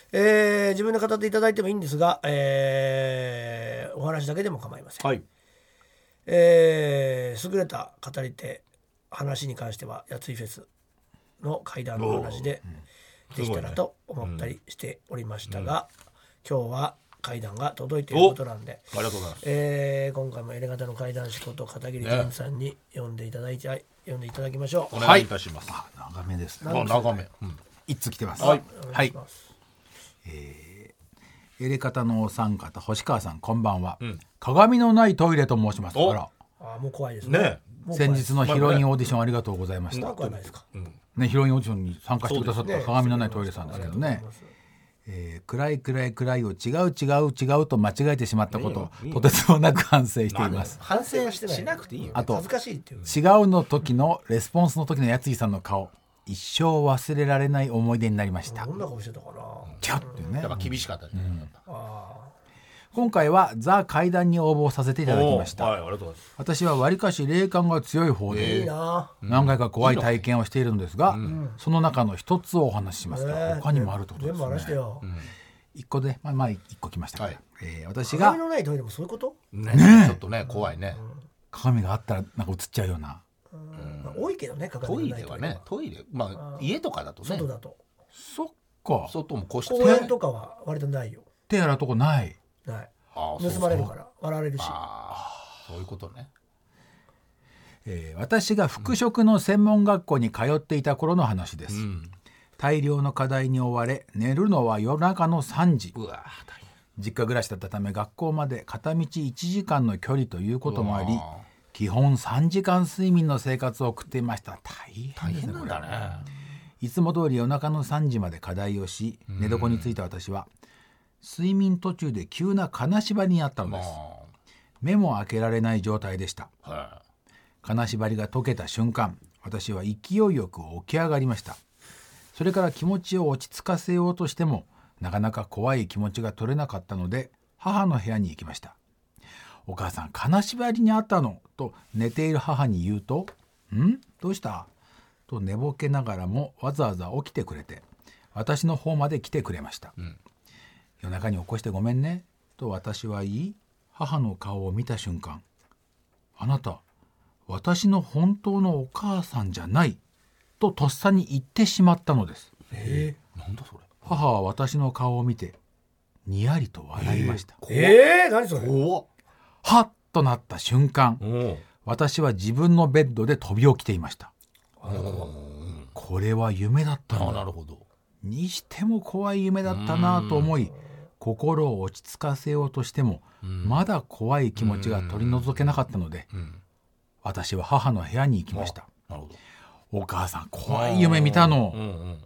えー、自分で語っていただいてもいいんですが、えー、お話だけでも構いません。 はいえー、優れた語り手話に関してはやついフェスの怪談の話でできたらと思ったりしておりましたが、今日は怪談が届いていることなんで、 ありがとうございます。 えー、今回もエレガタの怪談師こと片桐仁さんに読んでいただいて、はい読んでいただきましょう。 お願いいたします。 あ長めですねあ長め、うん、 一通来てますはいお願いします。 エレカタのお三方星川さんこんばんは、 ん鏡のないトイレと申します。 おあらあーもう怖いですね。 ねもう怖いです先日のヒロインオーディションありがとうございました、 怖くはないですか。 ね、ヒロインオーディションに参加してくださったね鏡のないトイレさんですけどね、えー暗い暗い暗いを違う違う違うと間違えてしまったこといいよいいよとてつもなく反省しています。 反省しなくていいよ。 あと恥ずかしいっていう。 違うの時のレスポンスの時のやついさんの顔一生忘れられない思い出になりましたどんな顔してたかな。 キャッっていうねやっぱ厳しかったね。 今回はザ怪談に応募させていただきました、 おーはい、ありがとうございます。 私はわりかし霊感が強い方で、 いいな。 何回か怖い体験をしているのですが、その中の一つをお話ししますが、 ね他にもあるってこと全部話ですね。 してよ。 一個で、まあ、まあ一個来ましたから、 はいえー私が鏡のないトイレもそういうこと？ ねねえちょっとね怖いね。 鏡があったらなんか映っちゃうような。 まあ多いけどね鏡トイのないトイレレはね、トイレ、まあ家とかだとね、 外だと。 そっか。 外も個室公園とかは割とないよ。 手洗うとこない。 ない。 あーそう盗まれるから割られるし。 あーそういうことね。 えー私が服飾の専門学校に通っていた頃の話です、 うん。 大量の課題に追われ寝るのは夜中のさんじ。 うわ大変。 実家暮らしだったため学校まで片道いちじかんの距離ということもありうわ基本さんじかん睡眠の生活を送っていました。大変大ですねこれ変なんだね。 いつも通り夜中のさんじまで課題をし寝床についた私は睡眠途中で急な金縛りにあったのまです。目も開けられない状態でした。 あ、は金縛りが解けた瞬間私は勢いよく起き上がりました。それから気持ちを落ち着かせようとしてもなかなか怖い気持ちが取れなかったので母の部屋に行きました。お母さん金縛りにあったのと寝ている母に言うとんどうしたと寝ぼけながらもわざわざ起きてくれて私の方まで来てくれました、 ん夜中に起こしてごめんねと私は言い母の顔を見た瞬間あなた私の本当のお母さんじゃないととっさに言ってしまったのです。 えなんだそれ。 母は私の顔を見てにやりと笑いました、 ー、えー、何それ？ 怖っ。 はっとなった瞬間お私は自分のベッドで飛び起きていました。これは夢だったあのだなるほど。 にしても怖い夢だったなと思い心を落ち着かせようとしてもまだ怖い気持ちが取り除けなかったのでうん。 私は母の部屋に行きました。 なるほど。 お母さん怖い夢見たのうんうん。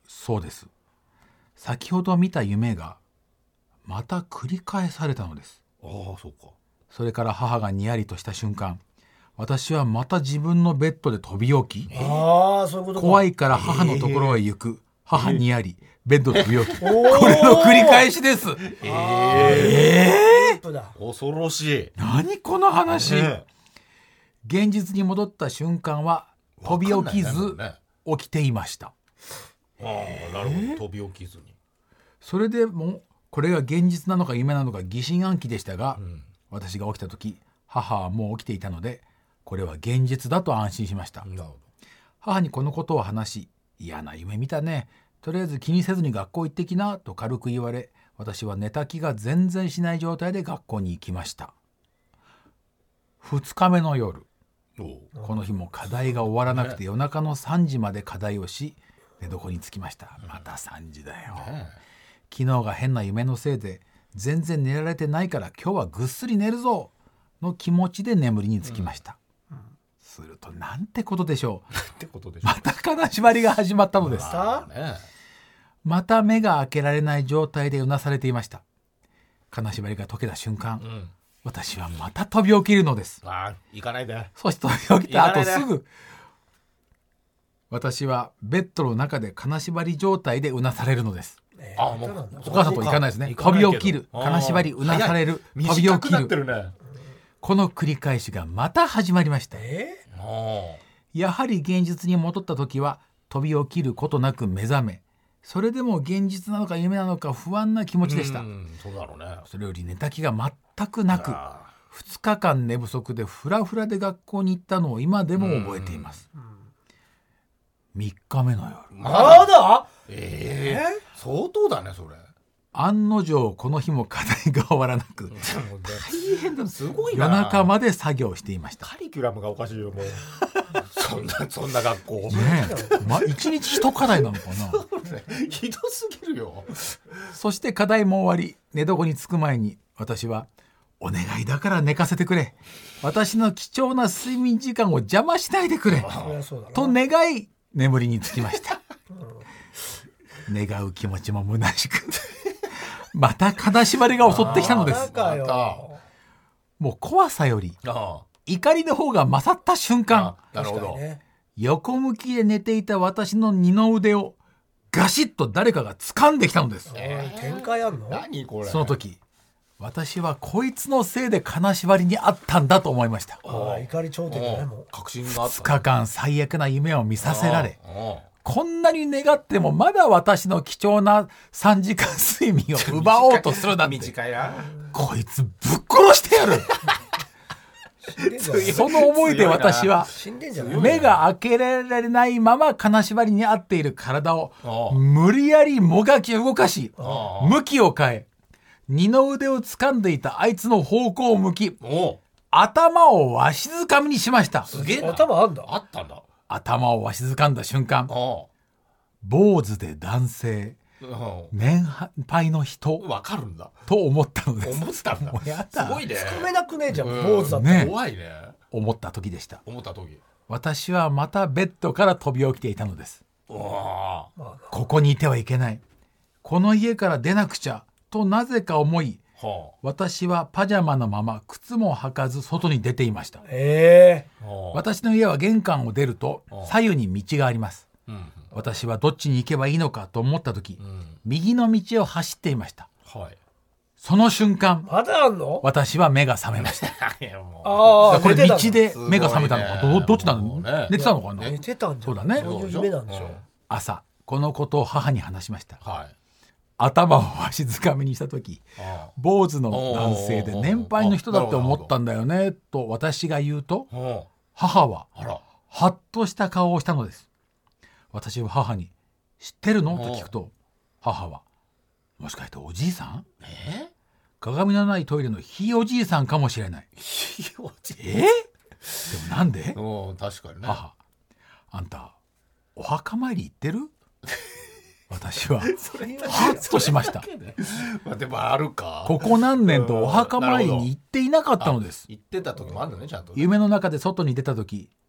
そうです。先ほど見た夢がまた繰り返されたのです。 ああそうか。 それから母がにやりとした瞬間、私はまた自分のベッドで飛び起き、 ああそういうことか。 怖いから母のところへ行く、母にやりベッドで飛び起き、こおーれの繰り返しです。 ええー、だ恐ろしい。 何この話、 ね現実に戻った瞬間は飛び起きずわかんないね起きていました。 ああなるほど、飛び起きずに。 それでもこれが現実なのか夢なのか疑心暗鬼でしたが、 ん私が起きた時母はもう起きていたので、これは現実だと安心しました。 なるほ母にこのことを話し、嫌な夢見たね、とりあえず気にせずに学校行ってきなと軽く言われ、私は寝た気が全然しない状態で学校に行きました。ふつかめの夜、 ど。おうこの日も課題が終わらなくて夜中のさんじまで課題をし、寝床に着きました。またさんじだよ。 ね昨日が変な夢のせいで全然寝られてないから今日はぐっすり寝るぞの気持ちで眠りにつきました、うんうん、するとなんてことでしょう。 ってことでしょ。 また金縛りが始まったのです。 さねまた目が開けられない状態でうなされていました。金縛りが解けた瞬間、 うん私はまた飛び起きるのです。 ああ行かないで。 そして飛び起きた後いらないねすぐ私はベッドの中で金縛り状態でうなされるのです。 ああもうお母さんと行かないですね。飛行かないけどび起きる、金縛り、うなされる、 早い飛び起き短くなってる。 るね。 この繰り返しがまた始まりました。 えあやはり現実に戻った時は飛び起きることなく目覚め、それでも現実なのか夢なのか不安な気持ちでした。 うんそうだろうね。 それより寝た気が全くなく、 あふつかかん寝不足でフラフラで学校に行ったのを今でも覚えています。みっかめの夜、 まだええ相当だねそれ。 案の定この日も課題が終わらなく、 大変だ。すごいな。 夜中まで作業していました。 カリキュラムがおかしいよもう。そんなそんな学校。 ねえ、ま、一日一課題なのかな。 ひどすぎるよ。 そして課題も終わり、寝床に着く前に私はお願いだから寝かせてくれ、私の貴重な睡眠時間を邪魔しないでくれそりゃそうだなと願い眠りにつきました。願う気持ちも虚しくまた金縛りが襲ってきたのです。 なんかよまたもう怖さよりあ怒りの方が勝った瞬間、 あなるほど。 確かにね横向きで寝ていた私の二の腕をガシッと誰かが掴んできたのです。 おい展開あんの何これ。 その時私はこいつのせいで金縛りにあったんだと思いました。 ああ怒り頂点だねもう確信があった。 ふつかかん最悪な夢を見させられ、 あこんなに願ってもまだ私の貴重なさんじかん睡眠を奪おうとするなんて、 短いな。 こいつぶっ殺してやる死んでんじゃないその思いで私は死んでんじゃない目が開けられないまま金縛りに合っている体をああ無理やりもがき動かし、 ああ向きを変え、二の腕を掴んでいたあいつの方向を向き、 おう頭をわしづかみにしました。 すげえな。 頭あんだあったんだ。 頭をわしづかんだ瞬間、 あ坊主で男性、 あ年配の人わかるんだ。 と思ったのです。 思ったんだ。 もうやだすごいね。 含めなくねえじゃんうん坊主だったね怖いね。 思った時でした。 思った時。 私はまたベッドから飛び起きていたのです。 わあ。 まあここにいてはいけない、この家から出なくちゃとなぜか思い、 は私はパジャマのまま靴も履かず外に出ていました。 ええあ。はあ私の家は玄関を出ると左右に道があります。 うん私はどっちに行けばいいのかと思った時、 うん。 右の道を走っていました。 はい。 その瞬間、 まだあんの私は目が覚めました。 いやもああこれ寝てたんだ道で目が覚めたのか、 すごいねどどっちなの、 もうね寝てたのかな。 寝てたんじゃんそうだねそういう夢なんでしょうん朝このことを母に話しました。 はい。 頭をわしづかみにした時、 あ坊主の男性で年配の人だって思ったんだよねと私が言うと、 あ。は母はあ。あら。 ハッとした顔をしたのです。私は母に知ってるのと聞くと、母はもしかしておじいさん、 え？ 鏡のないトイレのひいおじいさんかもしれない。 ひいおじい。 えでもなんで、 うん確かにね。 母、あんたお墓参り行ってる私はハッとしました。 まあでもあるか。 ここ何年とお墓参りに行っていなかったのです。 言ってた時もあるんだねちゃんと。 夢の中で外に出た時、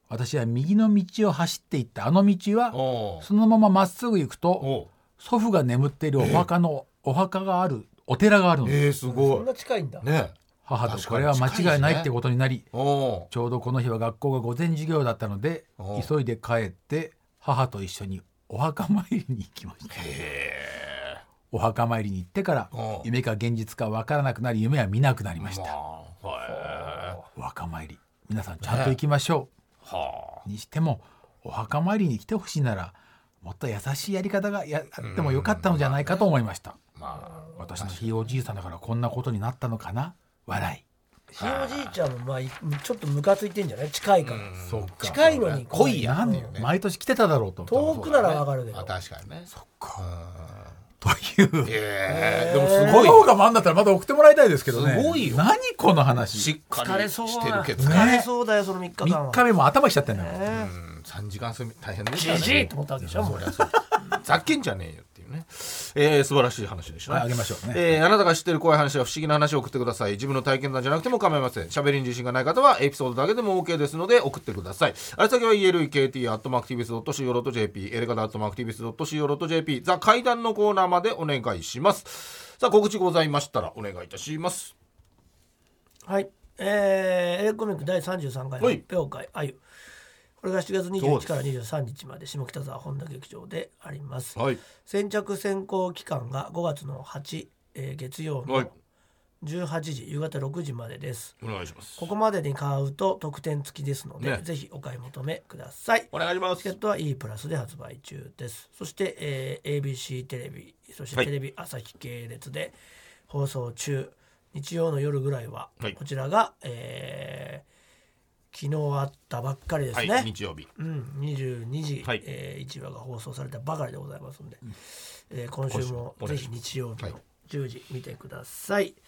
私は右の道を走っていったあの道はおそのまままっすぐ行くとお祖父が眠っているお墓の、お墓があるお寺があるのです。 えー、すごいそんな近いんだ。 ね。 母とこれは間違いないってことになり、 おちょうどこの日は学校が午前授業だったのでお急いで帰って母と一緒にお墓参りに行きました。お墓参りに行ってからお夢か現実か分からなくなり夢は見なくなりました。 まあへお墓参り皆さんちゃんと行きましょーはう。にしてもお墓参りに来てほしいならもっと優しいやり方がやあってもよかったのじゃないかと思いました。 あまあ私のひいおじいさんだからこんなことになったのかな笑い。 ひいおじいちゃんもまあいちょっとムカついてんじゃない？近いから。 そっか近いのに濃いやなんでよね毎年来てただろうと思った遠くならわかるけど。 あ確かにねそっかというえー、でもすこごいの方がまんだったらまた送ってもらいたいですけどね。 すごいよ何この話。 しっか疲れりそうだしてるけど疲ねれそうだよそのみっかかんは。 みっかめも頭きちゃってんだよ。 うんさんじかん睡眠大変でしたねじじいと思ったわけでしょ。もうざっけんじゃねえよっていうね、えー、素晴らしい話でしたね、 はいあげましょうねえーあなたが知ってる怖い話や不思議な話を送ってください。自分の体験談じゃなくても構いません。喋りに自信がない方はエピソードだけでも OK ですので送ってください。あれ先は イーエルイーケーティー アットマーク ティービーエス ドット シーオー ドット ジェーピー エレガタ アットマーク ティービーエス ドット シーオー ドット ジェーピー ザ怪談のコーナーまでお願いします。さあ告知ございましたらお願いいたします。 はい。えー、エレコミックだいさんじゅうさんかい発表会あゆ。これがしちがつにじゅういちからにじゅうさんにちまで下北沢本田劇場であります。 はい先着先行期間がごがつのはち、えー月曜はいのじゅうはちじ夕方ろくじまでです。 お願いします。 ここまでに買うと特典付きですので、 ねぜひお買い求めください。 お願いします。 チケットは E プラスで発売中です。そして、えー、エービーシー テレビそしてはいテレビ朝日系列で放送中、日曜の夜ぐらいは、 はいこちらが、えー昨日あったばっかりですね、 はい日曜日うん、にじゅうにじ、 はいえーいちわが放送されたばかりでございますので、えー今週もぜひ今週もお願いします日曜日のはいじゅうじ見てください。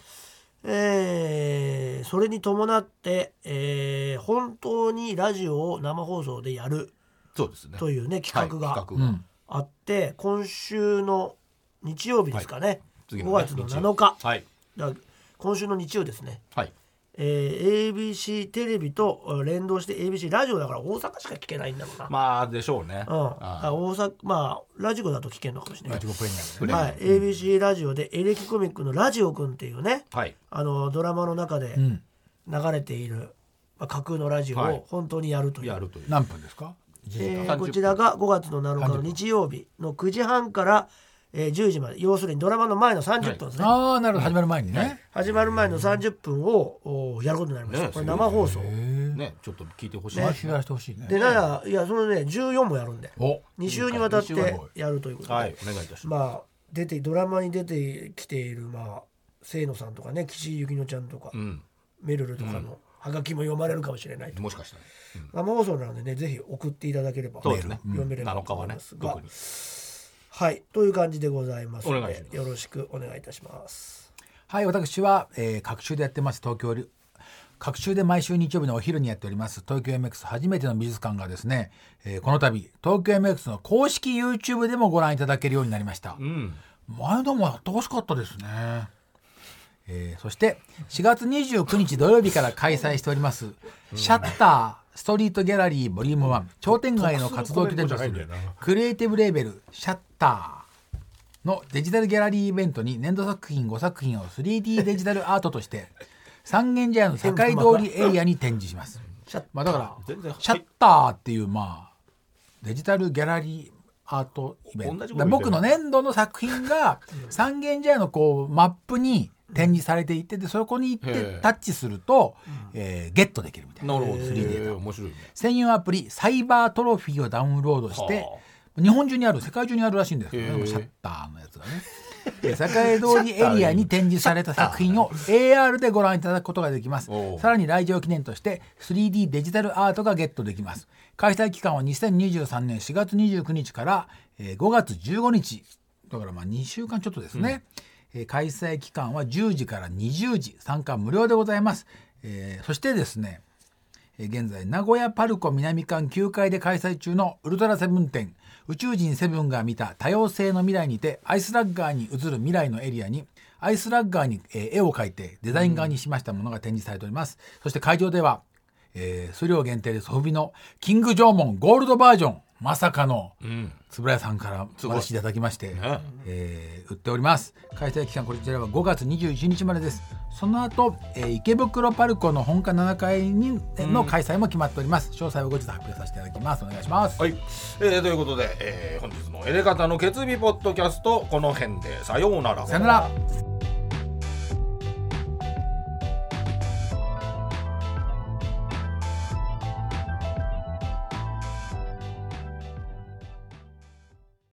えーそれに伴って、えー本当にラジオを生放送でやるそうですねというね企画がはい企画がうんあって、今週の日曜日ですかね、 次のねごがつのなのか、 はいだから今週の日曜ですね、 はいえーエービーシー テレビと連動して エービーシー ラジオだから大阪しか聞けないんだろうな、 まあでしょうね。 うん、 ああ大阪まあラジコだと聞けるのかもしれないラジコプレミアムプレミアムはい、エービーシー ラジオでエレキコミックのラジオくんっていうね、 はいあのドラマの中でうん流れている、まあ、架空のラジオはいを本当にやるという、 やるという。 何分ですか？ えーさんじゅっぷんこちらがごがつのなのかの日曜日のくじはんから、えーじゅうじまで、要するにドラマの前のさんじゅっぷんですね、 ああなるほど始まる前にね。 始まる前のさんじゅっぷんをおやることになりました、 ねこれ生放送、 へえ。 ねちょっと聞いてほしい毎週やですね。 らせてほしいね。 でならいやそのねじゅうよんもやるんでおに週にわたってに週間やるということで、 はいお願いいたします。 まあ出てドラマに出てきている、まあ、清野さんとかね岸井ゆきのちゃんとか、 うんめるるとかのハガキも読まれるかもしれないと、 もしかしたら。 生放送なのでねぜひ送っていただければそうですね読めればなのかはねと思いますが、 特に。 はいという感じでございますのお願いしますでよろしくお願いいたしますはい私は、えー、各週でやってます東京各週で毎週日曜日のお昼にやっております東京 エムエックス 初めての美術館がですね、えーこの度東京 エムエックス の公式 YouTube でもご覧いただけるようになりました。 うん。 前のもやってほしかったですね。えーそしてしがつにじゅうくにち土曜日から開催しておりますシャッターストリートギャラリーボリュームワン商店街の活動拠点とするクリエイティブレーベルシャッターのデジタルギャラリーイベントに年度作品ごさく品を スリーディー デジタルアートとして三軒茶屋の境通りエリアに展示します。まあ、だから全然シャッターっていうまあデジタルギャラリーアートイベント同じこと言ってる僕の年度の作品が三軒茶屋のこうマップに展示されていてでそこに行っへてえタッチすると、えーゲットできるみたいななるほど。 スリーディーえでー面白いね。 専用アプリサイバートロフィーをダウンロードしては日本中にある世界中にあるらしいんですけどへえねシャッターのやつがねえー境通りエリアに展示された作品を エーアール でご覧いただくことができますおうさらに来場記念として スリーディー デジタルアートがゲットできます開催期間はにせんにじゅうさんねんしがつにじゅうくにちからえーごがつじゅうごにちだからまあにしゅうかんちょっとですね、えー開催期間はじゅうじからにじゅうじ参加無料でございます、えーそしてですねえー現在名古屋パルコ南館きゅうかいで開催中のウルトラセブン展宇宙人セブンが見た多様性の未来にてアイスラッガーに映る未来のエリアにアイスラッガーに、えー絵を描いてデザイン画にしましたものが展示されております、そして会場ではえー、数量限定でソフビのキングジョーモンゴールドバージョンまさかのうん円谷さんからお話いただきまして、 ねえー売っております。開催期間こちらはごがつにじゅういちにちまでです。その後、えー、池袋パルコの本館ななかいにの開催も決まっております。詳細は後日発表させていただきます。お願いします。 はい、えー、ということで、えー、本日のエレガタの決日ポッドキャストこの辺でさようなら。 さよなら。